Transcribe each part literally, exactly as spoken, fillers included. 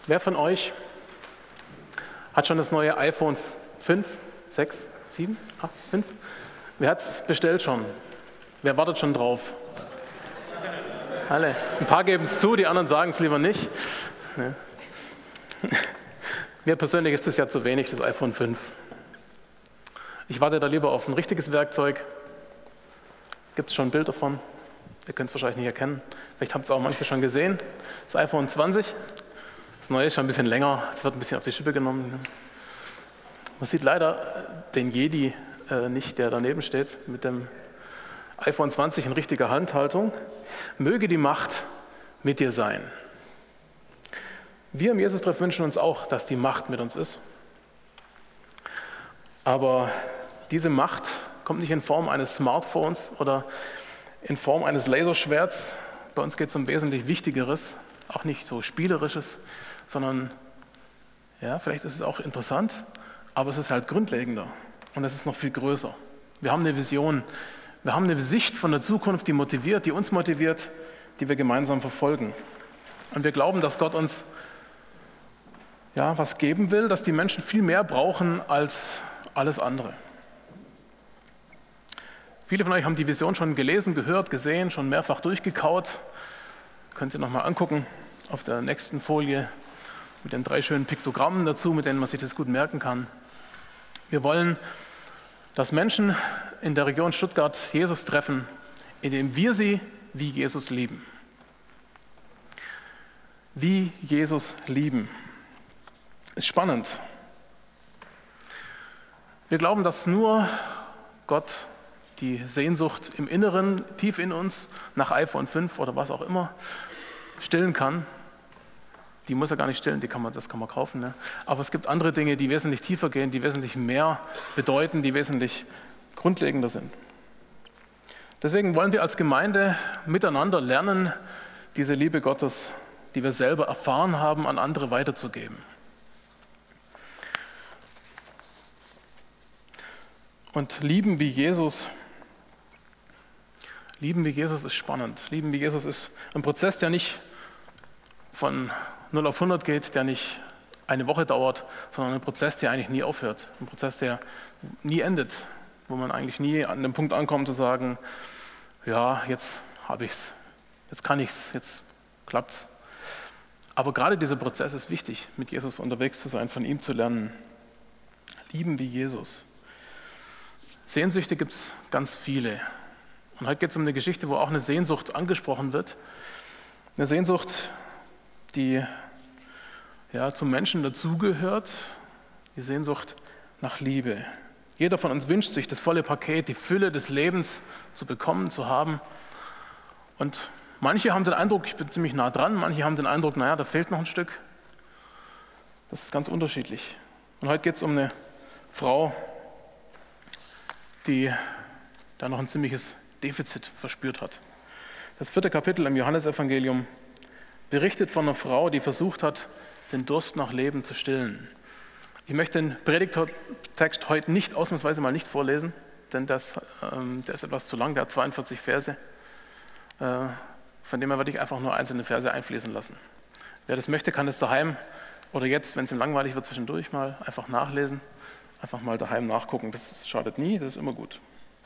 Wer von euch hat schon das neue iPhone fünf, sechs, sieben, acht, fünf? Wer hat es bestellt schon? Wer wartet schon drauf? Alle. Ein paar geben es zu, die anderen sagen es lieber nicht. Ja. Mir persönlich ist es ja zu wenig, das iPhone fünf. Ich warte da lieber auf ein richtiges Werkzeug. Gibt es schon ein Bild davon? Ihr könnt es wahrscheinlich nicht erkennen. Vielleicht habt ihr es auch manche schon gesehen. Das iPhone zwanzig. Das neue ist schon ein bisschen länger. Es wird ein bisschen auf die Schippe genommen. Man sieht leider den Jedi äh, nicht, der daneben steht, mit dem iPhone zwanzig in richtiger Handhaltung. Möge die Macht mit dir sein. Wir im Jesus-Treff wünschen uns auch, dass die Macht mit uns ist. Aber diese Macht kommt nicht in Form eines Smartphones oder in Form eines Laserschwerts. Bei uns geht es um wesentlich Wichtigeres, auch nicht so Spielerisches, sondern, ja, vielleicht ist es auch interessant, aber es ist halt grundlegender und es ist noch viel größer. Wir haben eine Vision, wir haben eine Sicht von der Zukunft, die motiviert, die uns motiviert, die wir gemeinsam verfolgen. Und wir glauben, dass Gott uns ja, was geben will, dass die Menschen viel mehr brauchen als alles andere. Viele von euch haben die Vision schon gelesen, gehört, gesehen, schon mehrfach durchgekaut. Könnt ihr nochmal angucken auf der nächsten Folie mit den drei schönen Piktogrammen dazu, mit denen man sich das gut merken kann. Wir wollen, dass Menschen in der Region Stuttgart Jesus treffen, indem wir sie wie Jesus lieben. Wie Jesus lieben. Ist spannend. Wir glauben, dass nur Gott die Sehnsucht im Inneren, tief in uns, nach iPhone fünf oder was auch immer, stillen kann. Die muss er gar nicht stillen, die kann man, das kann man kaufen. Ne? Aber es gibt andere Dinge, die wesentlich tiefer gehen, die wesentlich mehr bedeuten, die wesentlich grundlegender sind. Deswegen wollen wir als Gemeinde miteinander lernen, diese Liebe Gottes, die wir selber erfahren haben, an andere weiterzugeben. Und lieben wie Jesus, lieben wie Jesus ist spannend. Lieben wie Jesus ist ein Prozess, der nicht von null auf hundert geht, der nicht eine Woche dauert, sondern ein Prozess, der eigentlich nie aufhört. Ein Prozess, der nie endet, wo man eigentlich nie an den Punkt ankommt zu sagen, ja, jetzt habe ich es, jetzt kann ich es, jetzt klappt es. Aber gerade dieser Prozess ist wichtig, mit Jesus unterwegs zu sein, von ihm zu lernen. Lieben wie Jesus. Sehnsüchte gibt es ganz viele. Und heute geht es um eine Geschichte, wo auch eine Sehnsucht angesprochen wird. Eine Sehnsucht, die ja, zum Menschen dazugehört. Die Sehnsucht nach Liebe. Jeder von uns wünscht sich das volle Paket, die Fülle des Lebens zu bekommen, zu haben. Und manche haben den Eindruck, ich bin ziemlich nah dran, manche haben den Eindruck, naja, da fehlt noch ein Stück. Das ist ganz unterschiedlich. Und heute geht es um eine Frau, die da noch ein ziemliches Defizit verspürt hat. Das vierte Kapitel im Johannesevangelium berichtet von einer Frau, die versucht hat, den Durst nach Leben zu stillen. Ich möchte den Predigttext heute nicht, ausnahmsweise mal nicht vorlesen, denn das, ähm, der ist etwas zu lang, der hat zweiundvierzig Verse. Äh, von dem her werde ich einfach nur einzelne Verse einfließen lassen. Wer das möchte, kann es daheim oder jetzt, wenn es ihm langweilig wird, zwischendurch mal einfach nachlesen. Einfach mal daheim nachgucken, das schadet nie, das ist immer gut.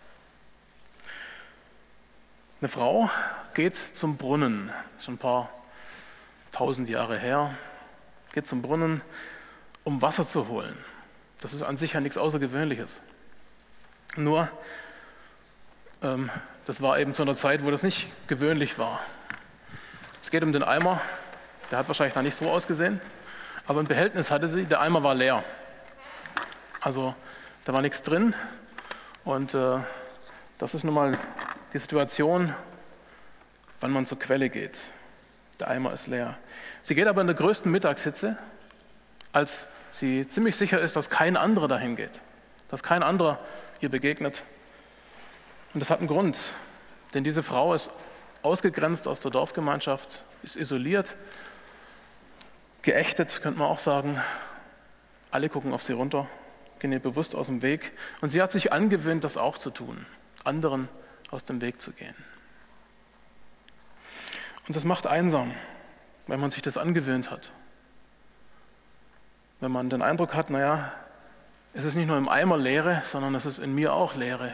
Eine Frau geht zum Brunnen, schon ein paar tausend Jahre her, geht zum Brunnen, um Wasser zu holen. Das ist an sich ja nichts Außergewöhnliches. Nur, ähm, das war eben zu einer Zeit, wo das nicht gewöhnlich war. Es geht um den Eimer, der hat wahrscheinlich da nicht so ausgesehen, aber ein Behältnis hatte sie, der Eimer war leer. Also da war nichts drin und äh, das ist nun mal die Situation, wann man zur Quelle geht. Der Eimer ist leer. Sie geht aber in der größten Mittagshitze, als sie ziemlich sicher ist, dass kein anderer dahin geht, dass kein anderer ihr begegnet. Und das hat einen Grund, denn diese Frau ist ausgegrenzt aus der Dorfgemeinschaft, ist isoliert, geächtet, könnte man auch sagen. Alle gucken auf sie runter, gehen ihr bewusst aus dem Weg. Und sie hat sich angewöhnt, das auch zu tun, anderen aus dem Weg zu gehen. Und das macht einsam, weil man sich das angewöhnt hat. wenn man den Eindruck hat, naja, es ist nicht nur im Eimer Leere, sondern es ist in mir auch Leere.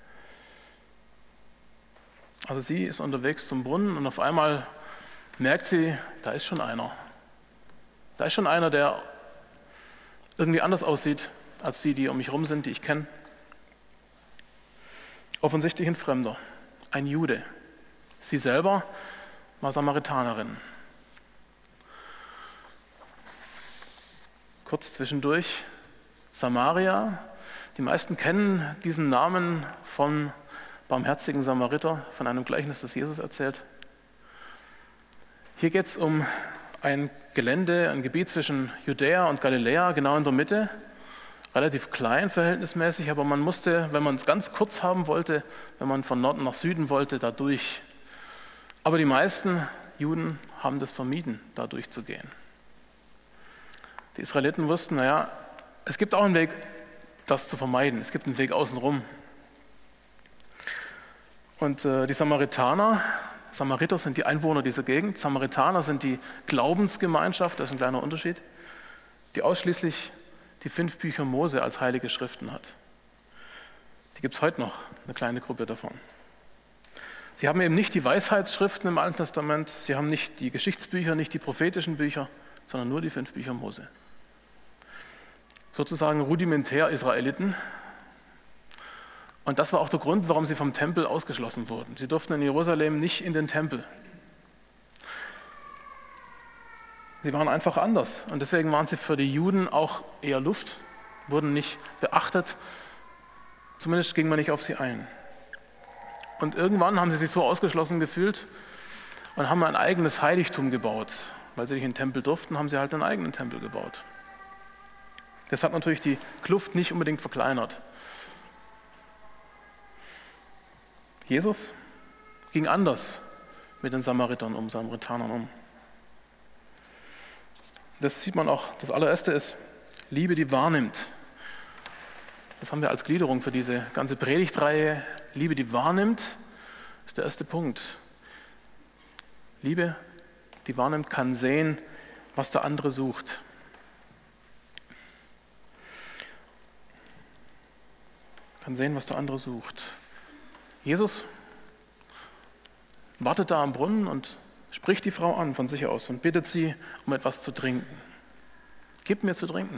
Also sie ist unterwegs zum Brunnen und auf einmal merkt sie, da ist schon einer. Da ist schon einer, der irgendwie anders aussieht als die, die um mich herum sind, die ich kenne. Offensichtlich ein Fremder, ein Jude. Sie selber war Samaritanerin. Kurz zwischendurch, Samaria. Die meisten kennen diesen Namen vom barmherzigen Samariter, von einem Gleichnis, das Jesus erzählt. Hier geht es um ein Gelände, ein Gebiet zwischen Judäa und Galiläa, genau in der Mitte. Relativ klein verhältnismäßig, aber man musste, wenn man es ganz kurz haben wollte, wenn man von Norden nach Süden wollte, da durch. Aber die meisten Juden haben das vermieden, da durchzugehen. Die Israeliten wussten, naja, es gibt auch einen Weg, das zu vermeiden. Es gibt einen Weg außenrum. Und äh, die Samaritaner, Samariter sind die Einwohner dieser Gegend, Samaritaner sind die Glaubensgemeinschaft, das ist ein kleiner Unterschied, die ausschließlich die fünf Bücher Mose als heilige Schriften hat. Die gibt es heute noch, eine kleine Gruppe davon. Sie haben eben nicht die Weisheitsschriften im Alten Testament, sie haben nicht die Geschichtsbücher, nicht die prophetischen Bücher, sondern nur die fünf Bücher Mose. Sozusagen rudimentär Israeliten. Und das war auch der Grund, warum sie vom Tempel ausgeschlossen wurden. Sie durften in Jerusalem nicht in den Tempel. Sie waren einfach anders. Und deswegen waren sie für die Juden auch eher Luft, wurden nicht beachtet. Zumindest ging man nicht auf sie ein. Und irgendwann haben sie sich so ausgeschlossen gefühlt und haben ein eigenes Heiligtum gebaut. Weil sie nicht in den Tempel durften, haben sie halt einen eigenen Tempel gebaut. Das hat natürlich die Kluft nicht unbedingt verkleinert. Jesus ging anders mit den Samaritern um, Samaritanern um. Das sieht man auch. Das allererste ist Liebe, die wahrnimmt. Das haben wir als Gliederung für diese ganze Predigtreihe. Liebe, die wahrnimmt, ist der erste Punkt. Liebe, die wahrnimmt, kann sehen, was der andere sucht. Kann sehen, was der andere sucht. Jesus wartet da am Brunnen und spricht die Frau an von sich aus und bittet sie um etwas zu trinken. Gib mir zu trinken.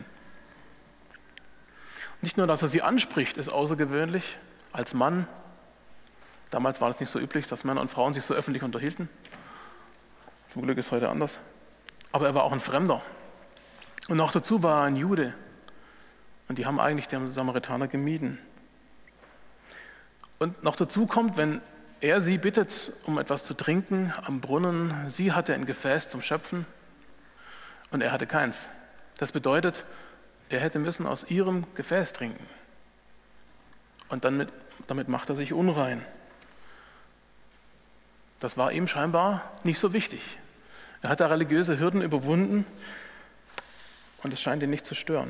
Nicht nur, dass er sie anspricht, ist außergewöhnlich als Mann. Damals war es nicht so üblich, dass Männer und Frauen sich so öffentlich unterhielten. Zum Glück ist heute anders. Aber er war auch ein Fremder. Und noch dazu war er ein Jude. Und die haben eigentlich den Samaritaner gemieden. Und noch dazu kommt, wenn er sie bittet, um etwas zu trinken am Brunnen, sie hatte ein Gefäß zum Schöpfen und er hatte keins. Das bedeutet, er hätte müssen aus ihrem Gefäß trinken. Und dann mit, damit macht er sich unrein. Das war ihm scheinbar nicht so wichtig. Er hat da religiöse Hürden überwunden und es scheint ihn nicht zu stören.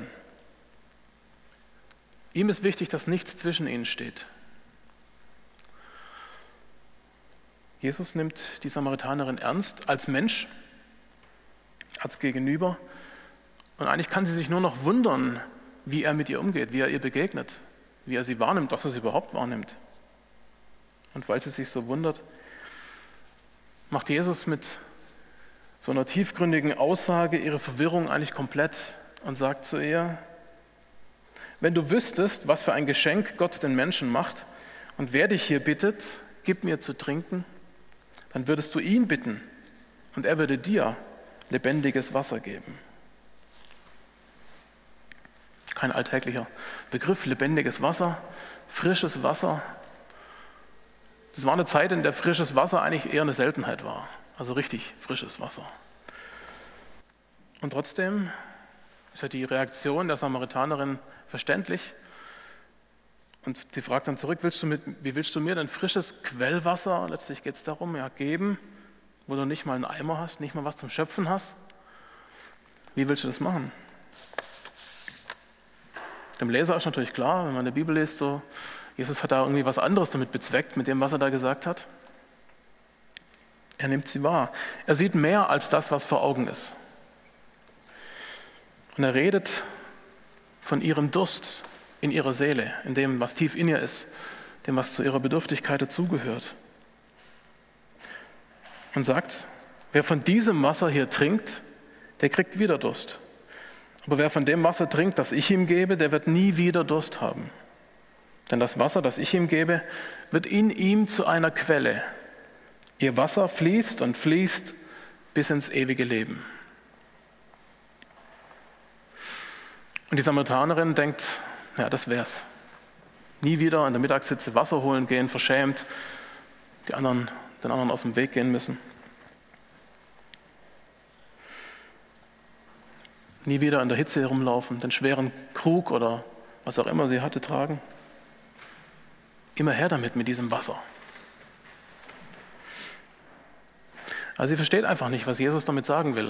Ihm ist wichtig, dass nichts zwischen ihnen steht. Jesus nimmt die Samaritanerin ernst als Mensch, als Gegenüber. Und eigentlich kann sie sich nur noch wundern, wie er mit ihr umgeht, wie er ihr begegnet, wie er sie wahrnimmt, dass er sie überhaupt wahrnimmt. Und weil sie sich so wundert, macht Jesus mit so einer tiefgründigen Aussage ihre Verwirrung eigentlich komplett und sagt zu ihr, wenn du wüsstest, was für ein Geschenk Gott den Menschen macht und wer dich hier bittet, gib mir zu trinken, dann würdest du ihn bitten und er würde dir lebendiges Wasser geben. Kein alltäglicher Begriff, lebendiges Wasser, frisches Wasser. Das war eine Zeit, in der frisches Wasser eigentlich eher eine Seltenheit war. Also richtig frisches Wasser. Und trotzdem ist ja die Reaktion der Samaritanerin verständlich. Und sie fragt dann zurück, willst du mit, wie willst du mir denn frisches Quellwasser, letztlich geht es darum, ja, geben, wo du nicht mal einen Eimer hast, nicht mal was zum Schöpfen hast? Wie willst du das machen? Dem Leser ist natürlich klar, wenn man in der Bibel liest, so, Jesus hat da irgendwie was anderes damit bezweckt, mit dem, was er da gesagt hat. Er nimmt sie wahr. Er sieht mehr als das, was vor Augen ist. Und er redet von ihrem Durst in ihrer Seele, in dem, was tief in ihr ist, dem, was zu ihrer Bedürftigkeit dazugehört. Und sagt, wer von diesem Wasser hier trinkt, der kriegt wieder Durst. Aber wer von dem Wasser trinkt, das ich ihm gebe, der wird nie wieder Durst haben. Denn das Wasser, das ich ihm gebe, wird in ihm zu einer Quelle. Ihr Wasser fließt und fließt bis ins ewige Leben. Und die Samaritanerin denkt, ja, das wär's. Nie wieder an der Mittagshitze Wasser holen gehen, verschämt, die anderen, den anderen aus dem Weg gehen müssen. Nie wieder in der Hitze herumlaufen, den schweren Krug oder was auch immer sie hatte tragen. Immer her damit mit diesem Wasser. Also sie versteht einfach nicht, was Jesus damit sagen will.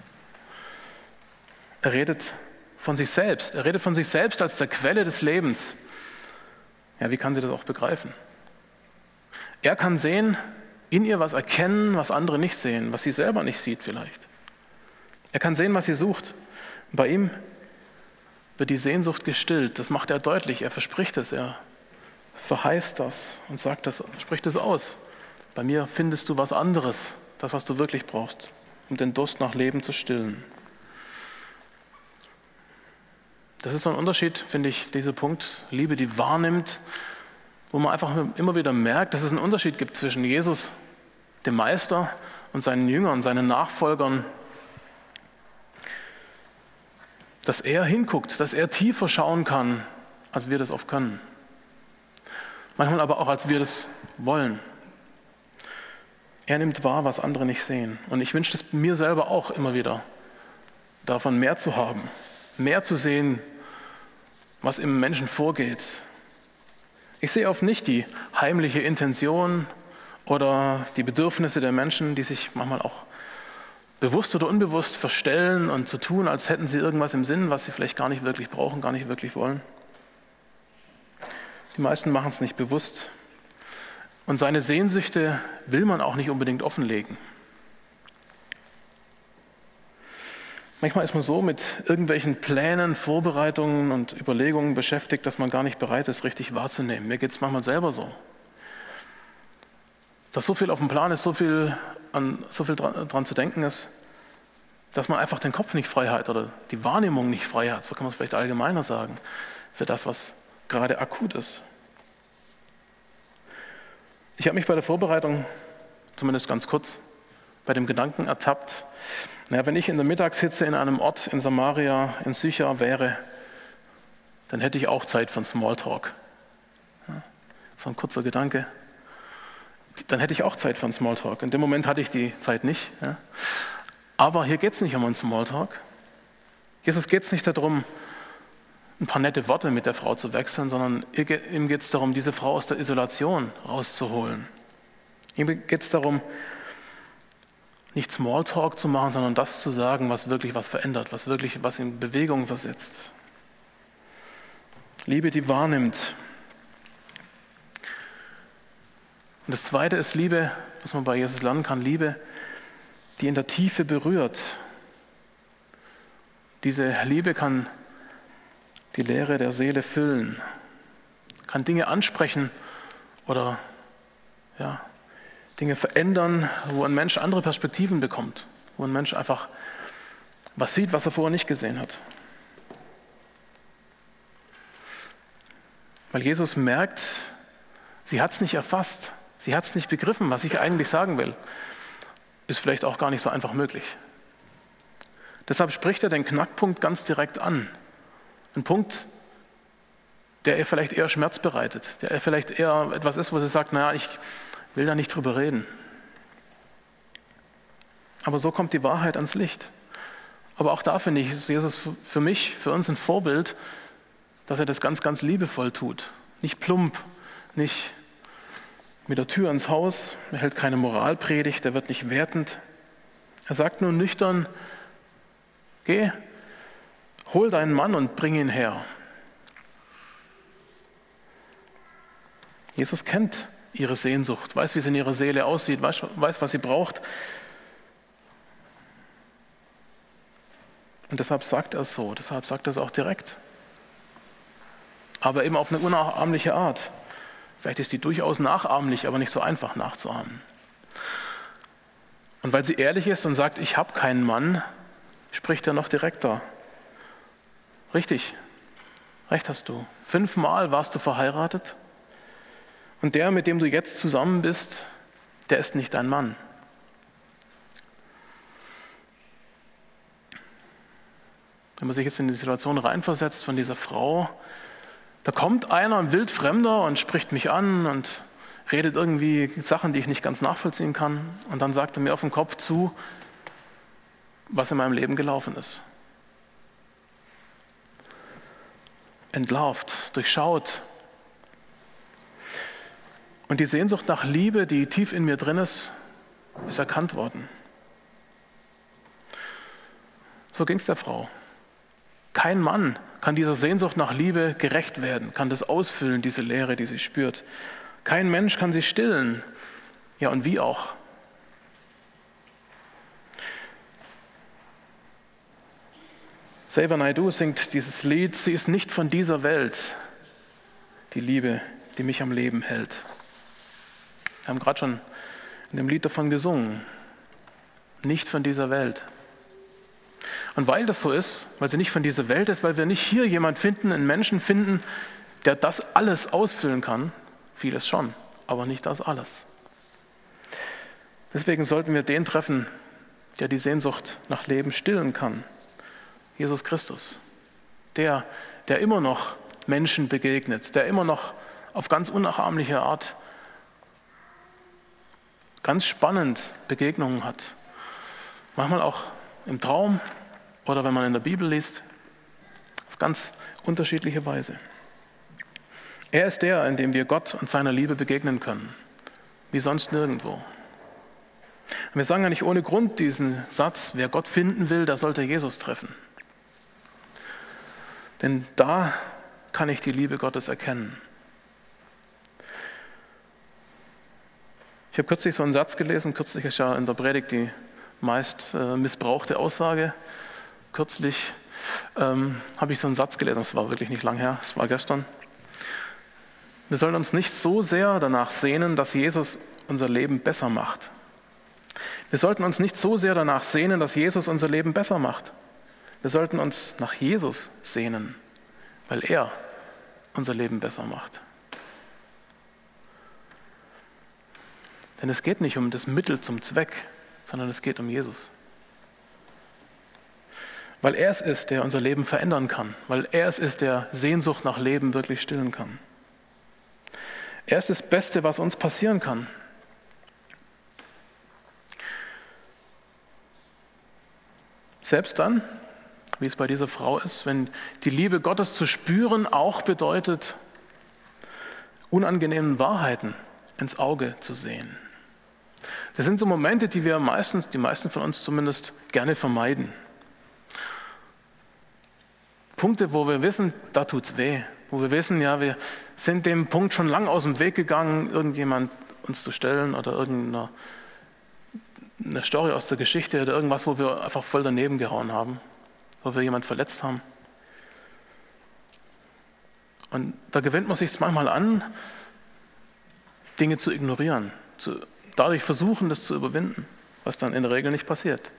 Er redet von sich selbst. Er redet von sich selbst als der Quelle des Lebens. Ja, wie kann sie das auch begreifen? Er kann sehen, in ihr was erkennen, was andere nicht sehen, was sie selber nicht sieht vielleicht. Er kann sehen, was sie sucht. Bei ihm wird die Sehnsucht gestillt. Das macht er deutlich. Er verspricht es. Er verheißt das und sagt das, spricht es aus. Bei mir findest du was anderes, das, was du wirklich brauchst, um den Durst nach Leben zu stillen. Das ist so ein Unterschied, finde ich, dieser Punkt, Liebe, die wahrnimmt, wo man einfach immer wieder merkt, dass es einen Unterschied gibt zwischen Jesus, dem Meister, und seinen Jüngern, seinen Nachfolgern. Dass er hinguckt, dass er tiefer schauen kann, als wir das oft können. Manchmal aber auch, als wir das wollen. Er nimmt wahr, was andere nicht sehen. Und ich wünsche es mir selber auch immer wieder, davon mehr zu haben, mehr zu sehen, was im Menschen vorgeht. Ich sehe oft nicht die heimliche Intention oder die Bedürfnisse der Menschen, die sich manchmal auch bewusst oder unbewusst verstellen und zu tun, als hätten sie irgendwas im Sinn, was sie vielleicht gar nicht wirklich brauchen, gar nicht wirklich wollen. Die meisten machen es nicht bewusst. Und seine Sehnsüchte will man auch nicht unbedingt offenlegen. Manchmal ist man so mit irgendwelchen Plänen, Vorbereitungen und Überlegungen beschäftigt, dass man gar nicht bereit ist, richtig wahrzunehmen. Mir geht es manchmal selber so. Dass so viel auf dem Plan ist, so viel, an, so viel dran, dran zu denken ist, dass man einfach den Kopf nicht frei hat oder die Wahrnehmung nicht frei hat, so kann man es vielleicht allgemeiner sagen, für das, was gerade akut ist. Ich habe mich bei der Vorbereitung, zumindest ganz kurz, bei dem Gedanken ertappt, naja, wenn ich in der Mittagshitze in einem Ort in Samaria, in Sychar wäre, dann hätte ich auch Zeit für einen Smalltalk. Ja, so ein kurzer Gedanke. Dann hätte ich auch Zeit für einen Smalltalk. In dem Moment hatte ich die Zeit nicht. Ja. Aber hier geht es nicht um einen Smalltalk. Jesus geht es nicht darum, ein paar nette Worte mit der Frau zu wechseln, sondern ihm geht es darum, diese Frau aus der Isolation rauszuholen. Ihm geht es darum, nicht Smalltalk zu machen, sondern das zu sagen, was wirklich was verändert, was wirklich was in Bewegung versetzt. Liebe, die wahrnimmt. Und das Zweite ist Liebe, was man bei Jesus lernen kann, Liebe, die in der Tiefe berührt. Diese Liebe kann die Leere der Seele füllen, kann Dinge ansprechen oder ja, Dinge verändern, wo ein Mensch andere Perspektiven bekommt, wo ein Mensch einfach was sieht, was er vorher nicht gesehen hat. Weil Jesus merkt, sie hat es nicht erfasst, sie hat es nicht begriffen, was ich eigentlich sagen will. Ist vielleicht auch gar nicht so einfach möglich. Deshalb spricht er den Knackpunkt ganz direkt an. Ein Punkt, der ihr vielleicht eher Schmerz bereitet, der ihr vielleicht eher etwas ist, wo sie sagt, naja, ich will da nicht drüber reden. Aber so kommt die Wahrheit ans Licht. Aber auch da finde ich, ist Jesus für mich, für uns ein Vorbild, dass er das ganz, ganz liebevoll tut. Nicht plump, nicht mit der Tür ins Haus, er hält keine Moralpredigt, er wird nicht wertend. Er sagt nur nüchtern, geh, hol deinen Mann und bring ihn her. Jesus kennt ihre Sehnsucht, weiß, wie es in ihrer Seele aussieht, weiß, weiß, was sie braucht. Und deshalb sagt er es so, deshalb sagt er es auch direkt. Aber eben auf eine unnachahmliche Art. Vielleicht ist die durchaus nachahmlich, aber nicht so einfach nachzuahmen. Und weil sie ehrlich ist und sagt, ich habe keinen Mann, spricht er noch direkter. Richtig, recht hast du. Fünfmal warst du verheiratet und der, mit dem du jetzt zusammen bist, der ist nicht dein Mann. Wenn man sich jetzt in die Situation reinversetzt von dieser Frau, da kommt einer, ein Wildfremder und spricht mich an und redet irgendwie Sachen, die ich nicht ganz nachvollziehen kann. Und dann sagt er mir auf den Kopf zu, was in meinem Leben gelaufen ist. Entlarvt, durchschaut. Und die Sehnsucht nach Liebe, die tief in mir drin ist, ist erkannt worden. So ging es der Frau. Kein Mann kann dieser Sehnsucht nach Liebe gerecht werden, kann das ausfüllen, diese Leere, die sie spürt. Kein Mensch kann sie stillen. Ja, und wie auch? Xavier Naidoo singt dieses Lied, sie ist nicht von dieser Welt, die Liebe, die mich am Leben hält. Wir haben gerade schon in dem Lied davon gesungen. Nicht von dieser Welt. Und weil das so ist, weil sie nicht von dieser Welt ist, weil wir nicht hier jemanden finden, einen Menschen finden, der das alles ausfüllen kann, vieles schon, aber nicht das alles. Deswegen sollten wir den treffen, der die Sehnsucht nach Leben stillen kann. Jesus Christus. Der, der immer noch Menschen begegnet, der immer noch auf ganz unnachahmliche Art ganz spannend Begegnungen hat. Manchmal auch im Traum oder wenn man in der Bibel liest, auf ganz unterschiedliche Weise. Er ist der, in dem wir Gott und seiner Liebe begegnen können, wie sonst nirgendwo. Und wir sagen ja nicht ohne Grund diesen Satz, wer Gott finden will, der sollte Jesus treffen. Denn da kann ich die Liebe Gottes erkennen. Ich habe kürzlich so einen Satz gelesen, kürzlich ist ja in der Predigt die meist äh, missbrauchte Aussage. Kürzlich ähm, habe ich so einen Satz gelesen, das war wirklich nicht lang her, das war gestern. Wir sollen uns nicht so sehr danach sehnen, dass Jesus unser Leben besser macht. Wir sollten uns nicht so sehr danach sehnen, dass Jesus unser Leben besser macht. Wir sollten uns nach Jesus sehnen, weil er unser Leben besser macht. Denn es geht nicht um das Mittel zum Zweck, sondern es geht um Jesus. Weil er es ist, der unser Leben verändern kann. Weil er es ist, der Sehnsucht nach Leben wirklich stillen kann. Er ist das Beste, was uns passieren kann. Selbst dann, wie es bei dieser Frau ist, wenn die Liebe Gottes zu spüren auch bedeutet, unangenehmen Wahrheiten ins Auge zu sehen. Das sind so Momente, die wir meistens, die meisten von uns zumindest, gerne vermeiden. Punkte, wo wir wissen, da tut's weh. Wo wir wissen, ja, wir sind dem Punkt schon lang aus dem Weg gegangen, irgendjemand uns zu stellen oder irgendeine eine Story aus der Geschichte oder irgendwas, wo wir einfach voll daneben gehauen haben, wo wir jemanden verletzt haben. Und da gewöhnt man sich manchmal an, Dinge zu ignorieren, zu, dadurch versuchen, das zu überwinden, was dann in der Regel nicht passiert.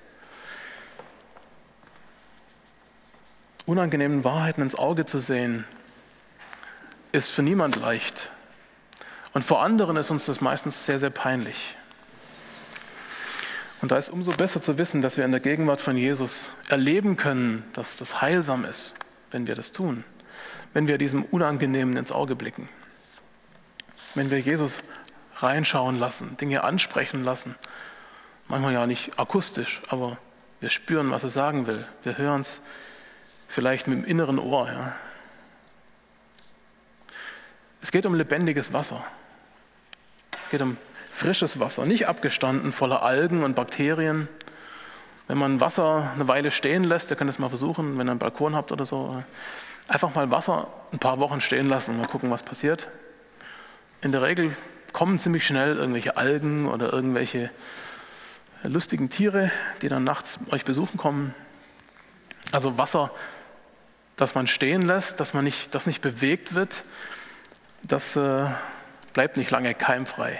Unangenehmen Wahrheiten ins Auge zu sehen, ist für niemand leicht. Und vor anderen ist uns das meistens sehr, sehr peinlich. Und da ist umso besser zu wissen, dass wir in der Gegenwart von Jesus erleben können, dass das heilsam ist, wenn wir das tun, wenn wir diesem Unangenehmen ins Auge blicken, wenn wir Jesus reinschauen lassen, Dinge ansprechen lassen, manchmal ja nicht akustisch, aber wir spüren, was er sagen will, wir hören es vielleicht mit dem inneren Ohr. Ja. Es geht um lebendiges Wasser, es geht um frisches Wasser, nicht abgestanden, voller Algen und Bakterien. Wenn man Wasser eine Weile stehen lässt, ihr könnt es mal versuchen, wenn ihr einen Balkon habt oder so, einfach mal Wasser ein paar Wochen stehen lassen, mal gucken, was passiert. In der Regel kommen ziemlich schnell irgendwelche Algen oder irgendwelche lustigen Tiere, die dann nachts euch besuchen kommen. Also Wasser, das man stehen lässt, dass man nicht, das nicht bewegt wird, das äh, bleibt nicht lange keimfrei.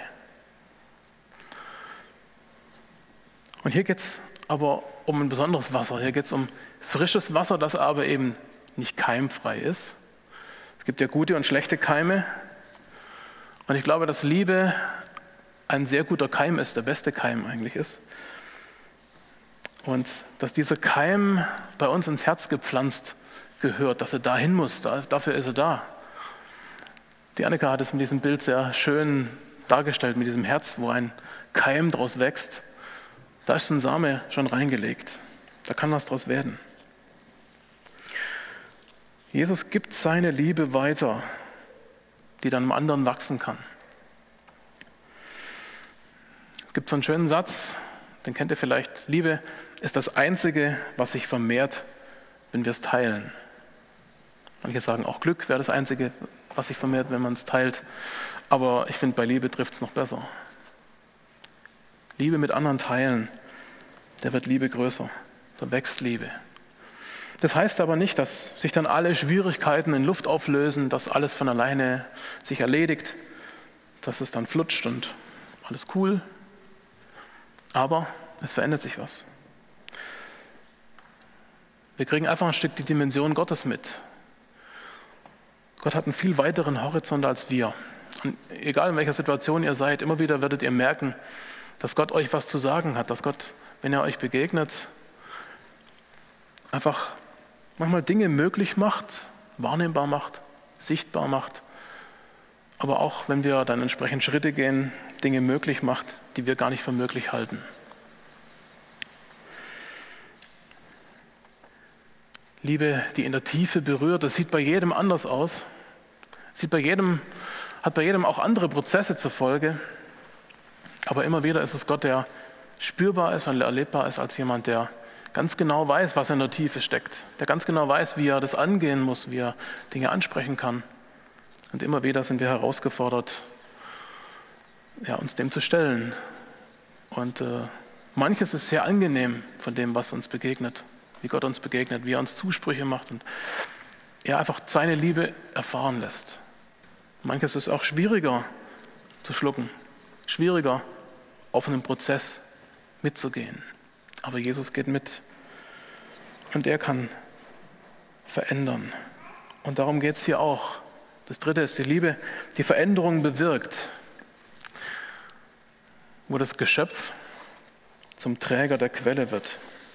Und hier geht es aber um ein besonderes Wasser. Hier geht es um frisches Wasser, das aber eben nicht keimfrei ist. Es gibt ja gute und schlechte Keime. Und ich glaube, dass Liebe ein sehr guter Keim ist, der beste Keim eigentlich ist. Und dass dieser Keim bei uns ins Herz gepflanzt gehört, dass er dahin muss, dafür ist er da. Die Annika hat es mit diesem Bild sehr schön dargestellt, mit diesem Herz, wo ein Keim draus wächst. Da ist ein Same schon reingelegt. Da kann was draus werden. Jesus gibt seine Liebe weiter, die dann im anderen wachsen kann. Es gibt so einen schönen Satz, den kennt ihr vielleicht. Liebe ist das Einzige, was sich vermehrt, wenn wir es teilen. Manche sagen auch Glück wäre das Einzige, was sich vermehrt, wenn man es teilt. Aber ich finde, bei Liebe trifft es noch besser. Liebe mit anderen teilen, da wird Liebe größer, da wächst Liebe. Das heißt aber nicht, dass sich dann alle Schwierigkeiten in Luft auflösen, dass alles von alleine sich erledigt, dass es dann flutscht und alles cool. Aber es verändert sich was. Wir kriegen einfach ein Stück die Dimension Gottes mit. Gott hat einen viel weiteren Horizont als wir. Und egal in welcher Situation ihr seid, immer wieder werdet ihr merken, dass Gott euch was zu sagen hat, dass Gott, wenn er euch begegnet, einfach manchmal Dinge möglich macht, wahrnehmbar macht, sichtbar macht, aber auch, wenn wir dann entsprechend Schritte gehen, Dinge möglich macht, die wir gar nicht für möglich halten. Liebe, die in der Tiefe berührt, das sieht bei jedem anders aus, sieht bei jedem, hat bei jedem auch andere Prozesse zur Folge, aber immer wieder ist es Gott, der spürbar ist und erlebbar ist als jemand, der ganz genau weiß, was in der Tiefe steckt, der ganz genau weiß, wie er das angehen muss, wie er Dinge ansprechen kann. Und immer wieder sind wir herausgefordert, ja, uns dem zu stellen. Und äh, manches ist sehr angenehm von dem, was uns begegnet, wie Gott uns begegnet, wie er uns Zusprüche macht und er einfach seine Liebe erfahren lässt. Manches ist auch schwieriger zu schlucken, schwieriger auf einen Prozess mitzugehen. Aber Jesus geht mit und er kann verändern. Und darum geht es hier auch. Das dritte ist die Liebe, die Veränderung bewirkt, wo das Geschöpf zum Träger der Quelle wird.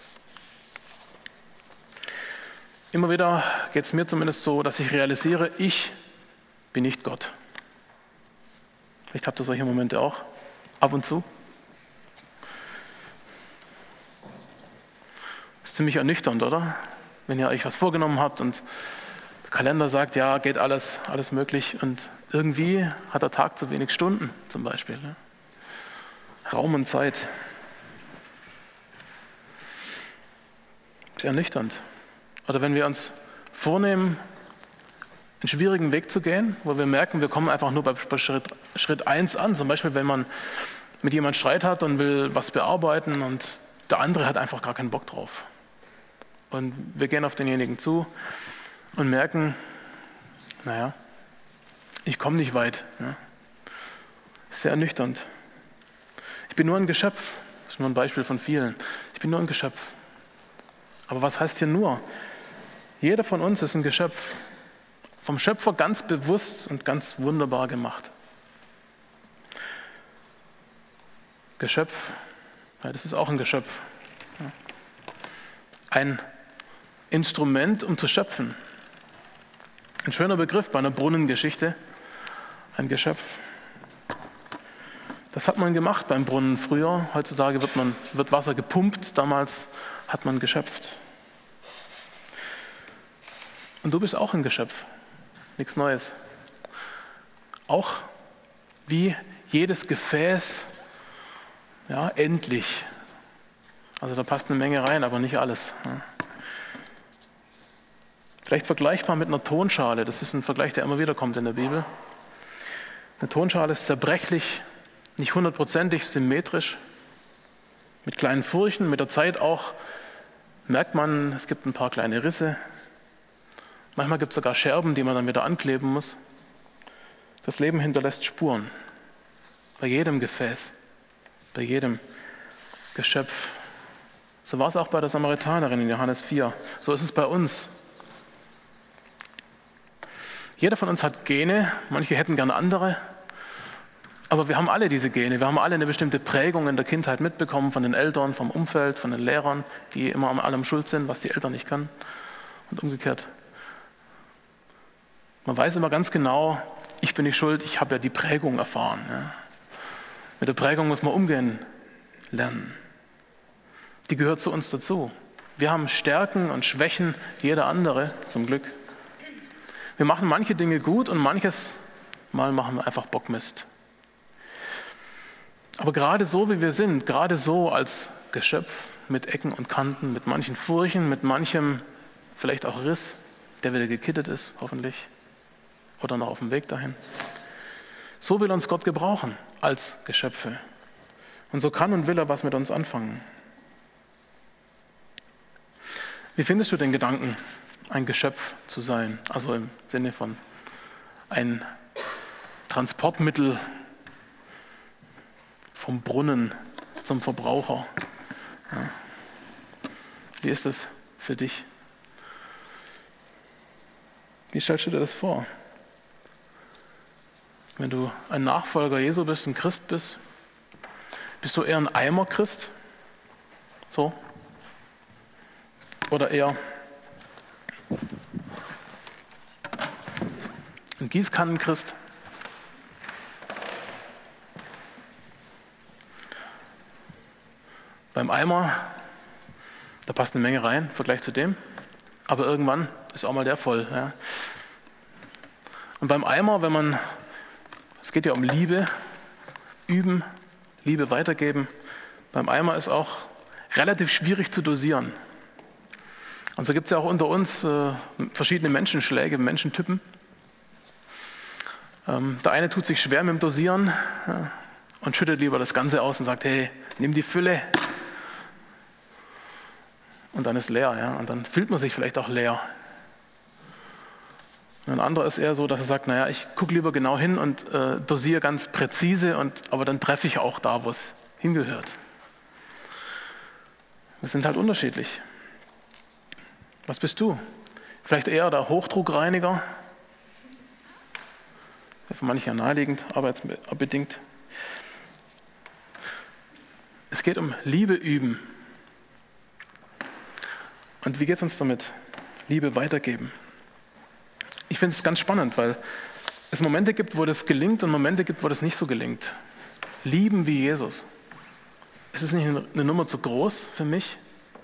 Immer wieder geht es mir zumindest so, dass ich realisiere, ich bin nicht Gott. Vielleicht habt ihr solche Momente auch, ab und zu. Ist ziemlich ernüchternd, oder? Wenn ihr euch was vorgenommen habt und der Kalender sagt, ja, geht alles, alles möglich und irgendwie hat der Tag zu wenig Stunden zum Beispiel. Ne? Raum und Zeit. Ist ernüchternd. Oder wenn wir uns vornehmen, einen schwierigen Weg zu gehen, wo wir merken, wir kommen einfach nur bei, bei Schritt, Schritt eins an. Zum Beispiel, wenn man mit jemandem Streit hat und will was bearbeiten und der andere hat einfach gar keinen Bock drauf. Und wir gehen auf denjenigen zu und merken, naja, ich komme nicht weit. Ja. Sehr ernüchternd. Ich bin nur ein Geschöpf. Das ist nur ein Beispiel von vielen. Ich bin nur ein Geschöpf. Aber was heißt hier nur? Jeder von uns ist ein Geschöpf. Vom Schöpfer ganz bewusst und ganz wunderbar gemacht. Geschöpf, ja, das ist auch ein Geschöpf. Ein Instrument, um zu schöpfen. Ein schöner Begriff bei einer Brunnengeschichte. Ein Geschöpf. Das hat man gemacht beim Brunnen früher. Heutzutage wird, man, wird Wasser gepumpt. Damals hat man geschöpft. Und du bist auch ein Geschöpf. Nichts Neues. Auch wie jedes Gefäß, ja, endlich. Also da passt eine Menge rein, aber nicht alles. Ja. Vielleicht vergleichbar mit einer Tonschale. Das ist ein Vergleich, der immer wieder kommt in der Bibel. Eine Tonschale ist zerbrechlich, nicht hundertprozentig symmetrisch, mit kleinen Furchen, mit der Zeit auch merkt man, es gibt ein paar kleine Risse. Manchmal gibt es sogar Scherben, die man dann wieder ankleben muss. Das Leben hinterlässt Spuren. Bei jedem Gefäß, bei jedem Geschöpf. So war es auch bei der Samaritanerin in Johannes vier. So ist es bei uns. Jeder von uns hat Gene, manche hätten gern andere. Aber wir haben alle diese Gene, wir haben alle eine bestimmte Prägung in der Kindheit mitbekommen von den Eltern, vom Umfeld, von den Lehrern, die immer an allem schuld sind, was die Eltern nicht können und umgekehrt. Man weiß immer ganz genau, ich bin nicht schuld, ich habe ja die Prägung erfahren. Ja. Mit der Prägung muss man umgehen lernen. Die gehört zu uns dazu. Wir haben Stärken und Schwächen, jeder andere, zum Glück. Wir machen manche Dinge gut und manches Mal machen wir einfach Bockmist. Aber gerade so, wie wir sind, gerade so als Geschöpf mit Ecken und Kanten, mit manchen Furchen, mit manchem vielleicht auch Riss, der wieder gekittet ist, hoffentlich, oder noch auf dem Weg dahin. So will uns Gott gebrauchen als Geschöpfe. Und so kann und will er was mit uns anfangen. Wie findest du den Gedanken, ein Geschöpf zu sein? Also im Sinne von ein Transportmittel vom Brunnen zum Verbraucher. Ja. Wie ist das für dich? Wie stellst du dir das vor? Wenn du ein Nachfolger Jesu bist, ein Christ bist, bist du eher ein Eimer-Christ? So? Oder eher ein Gießkannenchrist? Beim Eimer, da passt eine Menge rein im Vergleich zu dem, aber irgendwann ist auch mal der voll. Ja. Und beim Eimer, wenn man, es geht ja um Liebe, üben, Liebe weitergeben, beim Eimer ist auch relativ schwierig zu dosieren. Und so gibt es ja auch unter uns äh, verschiedene Menschenschläge, Menschentypen. Ähm, der eine tut sich schwer mit dem Dosieren ja, und schüttet lieber das Ganze aus und sagt, hey, nimm die Fülle. Und dann ist leer, ja, und dann fühlt man sich vielleicht auch leer. Und ein anderer ist eher so, dass er sagt, naja, ich gucke lieber genau hin und äh, dosiere ganz präzise, und, aber dann treffe ich auch da, wo es hingehört. Wir sind halt unterschiedlich. Was bist du? Vielleicht eher der Hochdruckreiniger? Für manche naheliegend, arbeitsbedingt. Es geht um Liebe üben. Und wie geht es uns damit? Liebe weitergeben. Ich finde es ganz spannend, weil es Momente gibt, wo das gelingt und Momente gibt, wo das nicht so gelingt. Lieben wie Jesus. Ist es nicht eine Nummer zu groß für mich?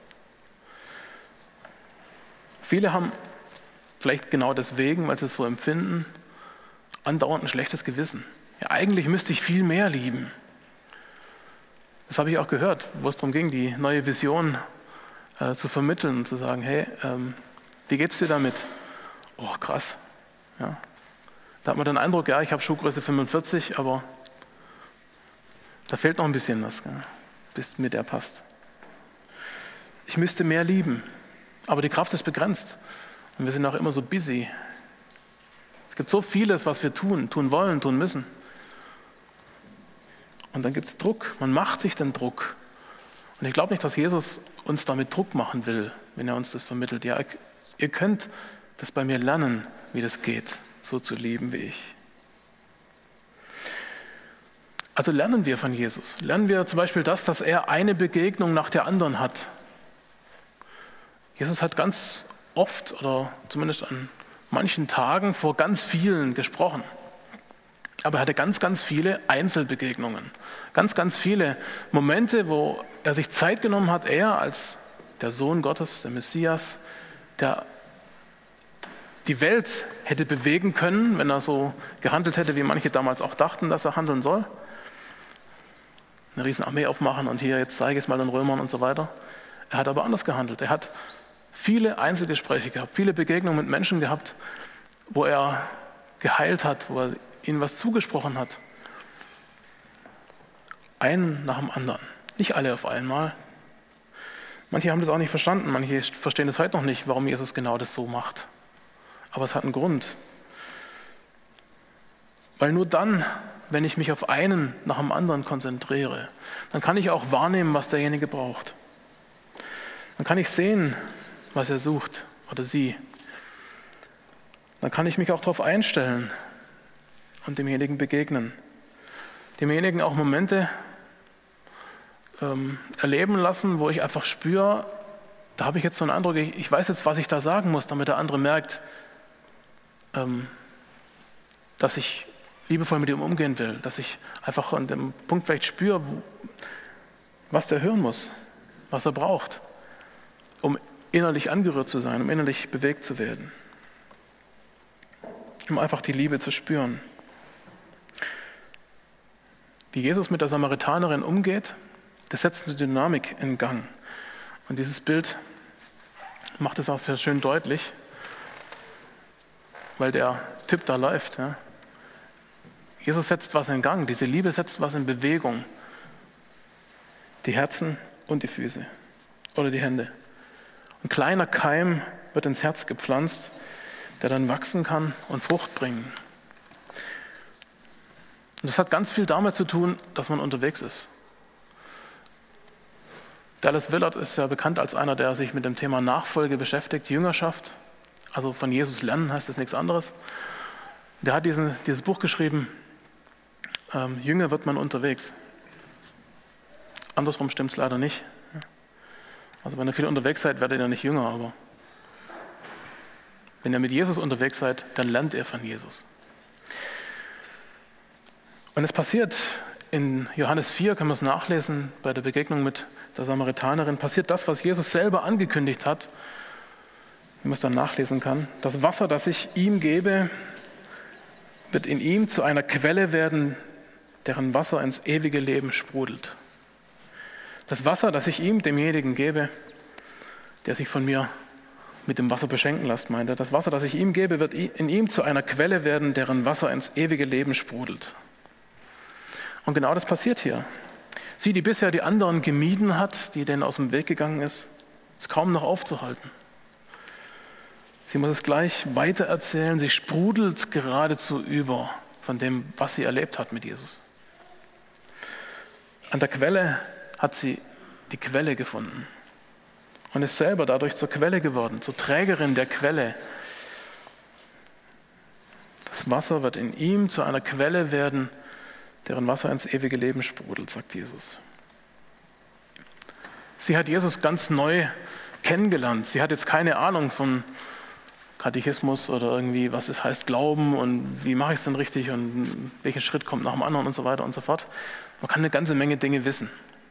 Viele haben vielleicht genau deswegen, weil sie es so empfinden, andauernd ein schlechtes Gewissen. Ja, eigentlich müsste ich viel mehr lieben. Das habe ich auch gehört, wo es darum ging, die neue Vision äh, zu vermitteln und zu sagen, hey, ähm, wie geht's dir damit? Oh, krass. Ja. Da hat man den Eindruck, ja, ich habe Schuhgröße fünfundvierzig, aber da fehlt noch ein bisschen was, ja, bis mir der passt. Ich müsste mehr lieben, aber die Kraft ist begrenzt und wir sind auch immer so busy. Es gibt so vieles, was wir tun, tun wollen, tun müssen. Und dann gibt es Druck, man macht sich den Druck. Und ich glaube nicht, dass Jesus uns damit Druck machen will, wenn er uns das vermittelt. Ja, ihr könnt das bei mir lernen, wie das geht, so zu leben wie ich. Also lernen wir von Jesus. Lernen wir zum Beispiel das, dass er eine Begegnung nach der anderen hat. Jesus hat ganz oft oder zumindest an manchen Tagen vor ganz vielen gesprochen. Aber er hatte ganz, ganz viele Einzelbegegnungen. Ganz, ganz viele Momente, wo er sich Zeit genommen hat, er als der Sohn Gottes, der Messias, der die Welt hätte bewegen können, wenn er so gehandelt hätte, wie manche damals auch dachten, dass er handeln soll. Eine riesen Armee aufmachen und hier, jetzt zeige ich es mal den Römern und so weiter. Er hat aber anders gehandelt. Er hat viele Einzelgespräche gehabt, viele Begegnungen mit Menschen gehabt, wo er geheilt hat, wo er ihnen was zugesprochen hat. Einen nach dem anderen. Nicht alle auf einmal. Manche haben das auch nicht verstanden, manche verstehen es heute noch nicht, warum Jesus genau das so macht. Aber es hat einen Grund. Weil nur dann, wenn ich mich auf einen nach dem anderen konzentriere, dann kann ich auch wahrnehmen, was derjenige braucht. Dann kann ich sehen, was er sucht oder sie. Dann kann ich mich auch darauf einstellen und demjenigen begegnen. Demjenigen auch Momente ähm, erleben lassen, wo ich einfach spüre, da habe ich jetzt so einen Eindruck, ich, ich weiß jetzt, was ich da sagen muss, damit der andere merkt, ähm, dass ich liebevoll mit ihm umgehen will, dass ich einfach an dem Punkt vielleicht spüre, wo, was der hören muss, was er braucht, um innerlich angerührt zu sein, um innerlich bewegt zu werden, um einfach die Liebe zu spüren. Wie Jesus mit der Samaritanerin umgeht, das setzt eine Dynamik in Gang. Und dieses Bild macht es auch sehr schön deutlich, weil der Typ da läuft. Ja. Jesus setzt was in Gang, diese Liebe setzt was in Bewegung. Die Herzen und die Füße oder die Hände. Ein kleiner Keim wird ins Herz gepflanzt, der dann wachsen kann und Frucht bringen. Und das hat ganz viel damit zu tun, dass man unterwegs ist. Dallas Willard ist ja bekannt als einer, der sich mit dem Thema Nachfolge beschäftigt, Jüngerschaft. Also von Jesus lernen heißt das nichts anderes. Der hat diesen, dieses Buch geschrieben, ähm, Jünger wird man unterwegs. Andersrum stimmt es leider nicht. Also wenn ihr viel unterwegs seid, werdet ihr nicht jünger, aber wenn ihr mit Jesus unterwegs seid, dann lernt ihr von Jesus. Und es passiert in Johannes vier, können wir es nachlesen, bei der Begegnung mit der Samaritanerin, passiert das, was Jesus selber angekündigt hat, wie man es dann nachlesen kann. Das Wasser, das ich ihm gebe, wird in ihm zu einer Quelle werden, deren Wasser ins ewige Leben sprudelt. Das Wasser, das ich ihm, demjenigen gebe, der sich von mir mit dem Wasser beschenken lässt, meint er. Das Wasser, das ich ihm gebe, wird in ihm zu einer Quelle werden, deren Wasser ins ewige Leben sprudelt. Und genau das passiert hier. Sie, die bisher die anderen gemieden hat, die denen aus dem Weg gegangen ist, ist kaum noch aufzuhalten. Sie muss es gleich weitererzählen. Sie sprudelt geradezu über von dem, was sie erlebt hat mit Jesus. An der Quelle hat sie die Quelle gefunden und ist selber dadurch zur Quelle geworden, zur Trägerin der Quelle. Das Wasser wird in ihm zu einer Quelle werden, deren Wasser ins ewige Leben sprudelt, sagt Jesus. Sie hat Jesus ganz neu kennengelernt. Sie hat jetzt keine Ahnung von Katechismus oder irgendwie, was es heißt Glauben und wie mache ich es denn richtig und welcher Schritt kommt nach dem anderen und so weiter und so fort. Man kann eine ganze Menge Dinge wissen.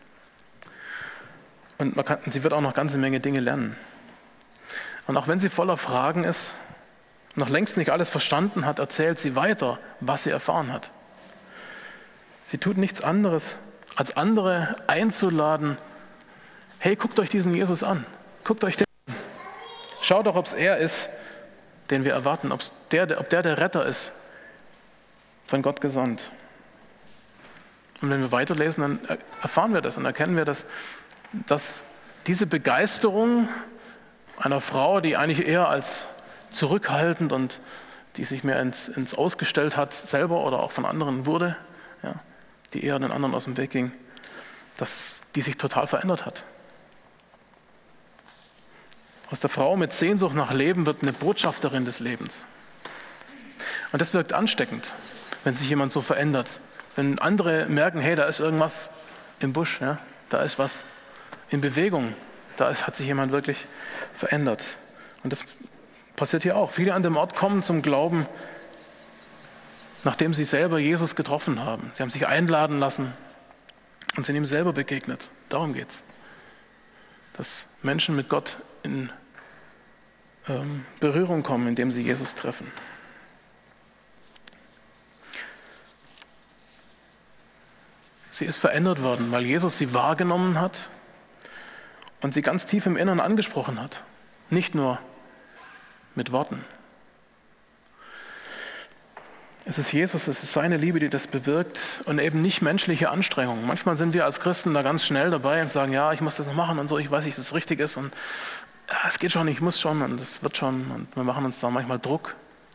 Und man kann, sie wird auch noch eine ganze Menge Dinge lernen. Und auch wenn sie voller Fragen ist, noch längst nicht alles verstanden hat, erzählt sie weiter, was sie erfahren hat. Sie tut nichts anderes, als andere einzuladen, hey, guckt euch diesen Jesus an, guckt euch den an. Schaut doch, ob es er ist, den wir erwarten, ob's der, ob der der Retter ist, von Gott gesandt. Und wenn wir weiterlesen, dann erfahren wir das und erkennen wir, dass, dass diese Begeisterung einer Frau, die eigentlich eher als zurückhaltend und die sich mehr ins, ins Ausgestellt hat, selber oder auch von anderen wurde, ja, die eher den anderen aus dem Weg ging, dass die sich total verändert hat. Aus der Frau mit Sehnsucht nach Leben wird eine Botschafterin des Lebens. Und das wirkt ansteckend, wenn sich jemand so verändert. Wenn andere merken, hey, da ist irgendwas im Busch, ja, da ist was in Bewegung, da ist, hat sich jemand wirklich verändert. Und das passiert hier auch. Viele an dem Ort kommen zum Glauben, nachdem sie selber Jesus getroffen haben. Sie haben sich einladen lassen und sind ihm selber begegnet. Darum geht es. Dass Menschen mit Gott in ähm, Berührung kommen, indem sie Jesus treffen. Sie ist verändert worden, weil Jesus sie wahrgenommen hat und sie ganz tief im Inneren angesprochen hat. Nicht nur mit Worten. Es ist Jesus, es ist seine Liebe, die das bewirkt und eben nicht menschliche Anstrengungen. Manchmal sind wir als Christen da ganz schnell dabei und sagen, ja, ich muss das noch machen und so, ich weiß nicht, dass es richtig ist und ja, es geht schon, ich muss schon und es wird schon und wir machen uns da manchmal Druck.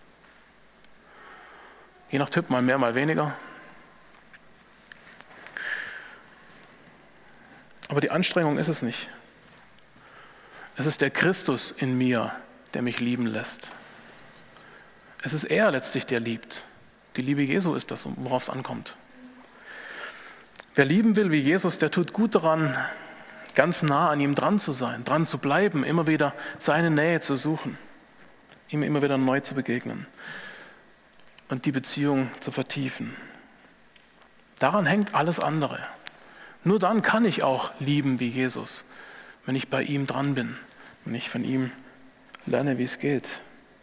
Je nach Typ, mal mehr, mal weniger. Aber die Anstrengung ist es nicht. Es ist der Christus in mir, der mich lieben lässt. Es ist er letztlich, der liebt. Die Liebe Jesu ist das, worauf es ankommt. Wer lieben will wie Jesus, der tut gut daran, ganz nah an ihm dran zu sein, dran zu bleiben, immer wieder seine Nähe zu suchen, ihm immer wieder neu zu begegnen und die Beziehung zu vertiefen. Daran hängt alles andere. Nur dann kann ich auch lieben wie Jesus, wenn ich bei ihm dran bin, wenn ich von ihm lerne, wie es geht.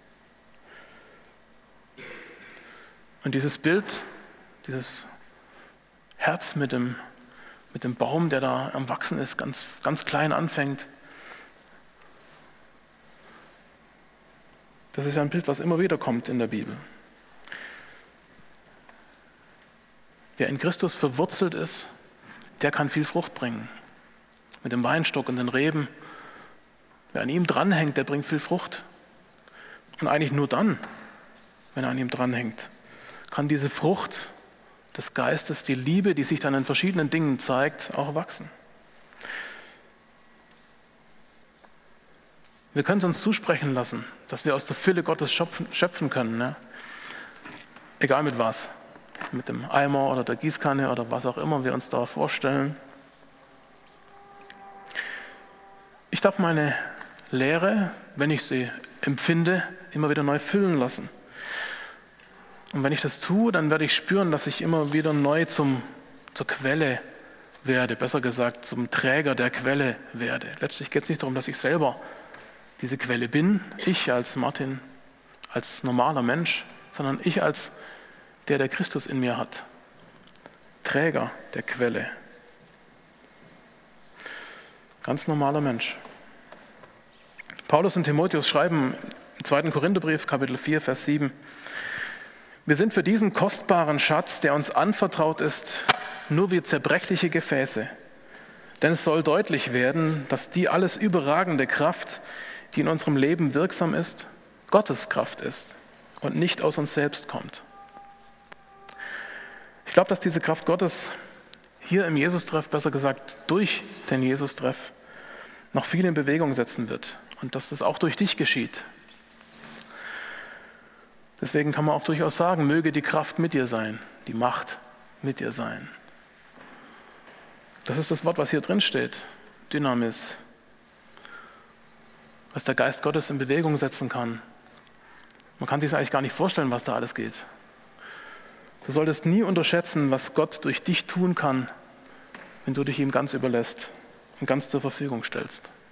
Und dieses Bild, dieses Herz mit dem, mit dem Baum, der da am Wachsen ist, ganz, ganz klein anfängt, das ist ja ein Bild, was immer wieder kommt in der Bibel. Wer in Christus verwurzelt ist, der kann viel Frucht bringen. Mit dem Weinstock und den Reben. Wer an ihm dranhängt, der bringt viel Frucht. Und eigentlich nur dann, wenn er an ihm dranhängt, kann diese Frucht des Geistes, die Liebe, die sich dann in verschiedenen Dingen zeigt, auch wachsen. Wir können es uns zusprechen lassen, dass wir aus der Fülle Gottes schöpfen, schöpfen können. Ne? Egal mit was. Mit dem Eimer oder der Gießkanne oder was auch immer wir uns da vorstellen. Ich darf meine Lehre, wenn ich sie empfinde, immer wieder neu füllen lassen. Und wenn ich das tue, dann werde ich spüren, dass ich immer wieder neu zum, zur Quelle werde, besser gesagt zum Träger der Quelle werde. Letztlich geht es nicht darum, dass ich selber diese Quelle bin, ich als Martin, als normaler Mensch, sondern ich als der, der Christus in mir hat. Träger der Quelle. Ganz normaler Mensch. Paulus und Timotheus schreiben im zweiten Korintherbrief, Kapitel vier, Vers sieben, wir sind für diesen kostbaren Schatz, der uns anvertraut ist, nur wie zerbrechliche Gefäße. Denn es soll deutlich werden, dass die alles überragende Kraft, die in unserem Leben wirksam ist, Gottes Kraft ist und nicht aus uns selbst kommt. Ich glaube, dass diese Kraft Gottes hier im Jesus-Treff, besser gesagt durch den Jesus-Treff, noch viel in Bewegung setzen wird und dass das auch durch dich geschieht. Deswegen kann man auch durchaus sagen, möge die Kraft mit dir sein, die Macht mit dir sein. Das ist das Wort, was hier drin steht, Dynamis, was der Geist Gottes in Bewegung setzen kann. Man kann sich das eigentlich gar nicht vorstellen, was da alles geht. Du solltest nie unterschätzen, was Gott durch dich tun kann, wenn du dich ihm ganz überlässt und ganz zur Verfügung stellst.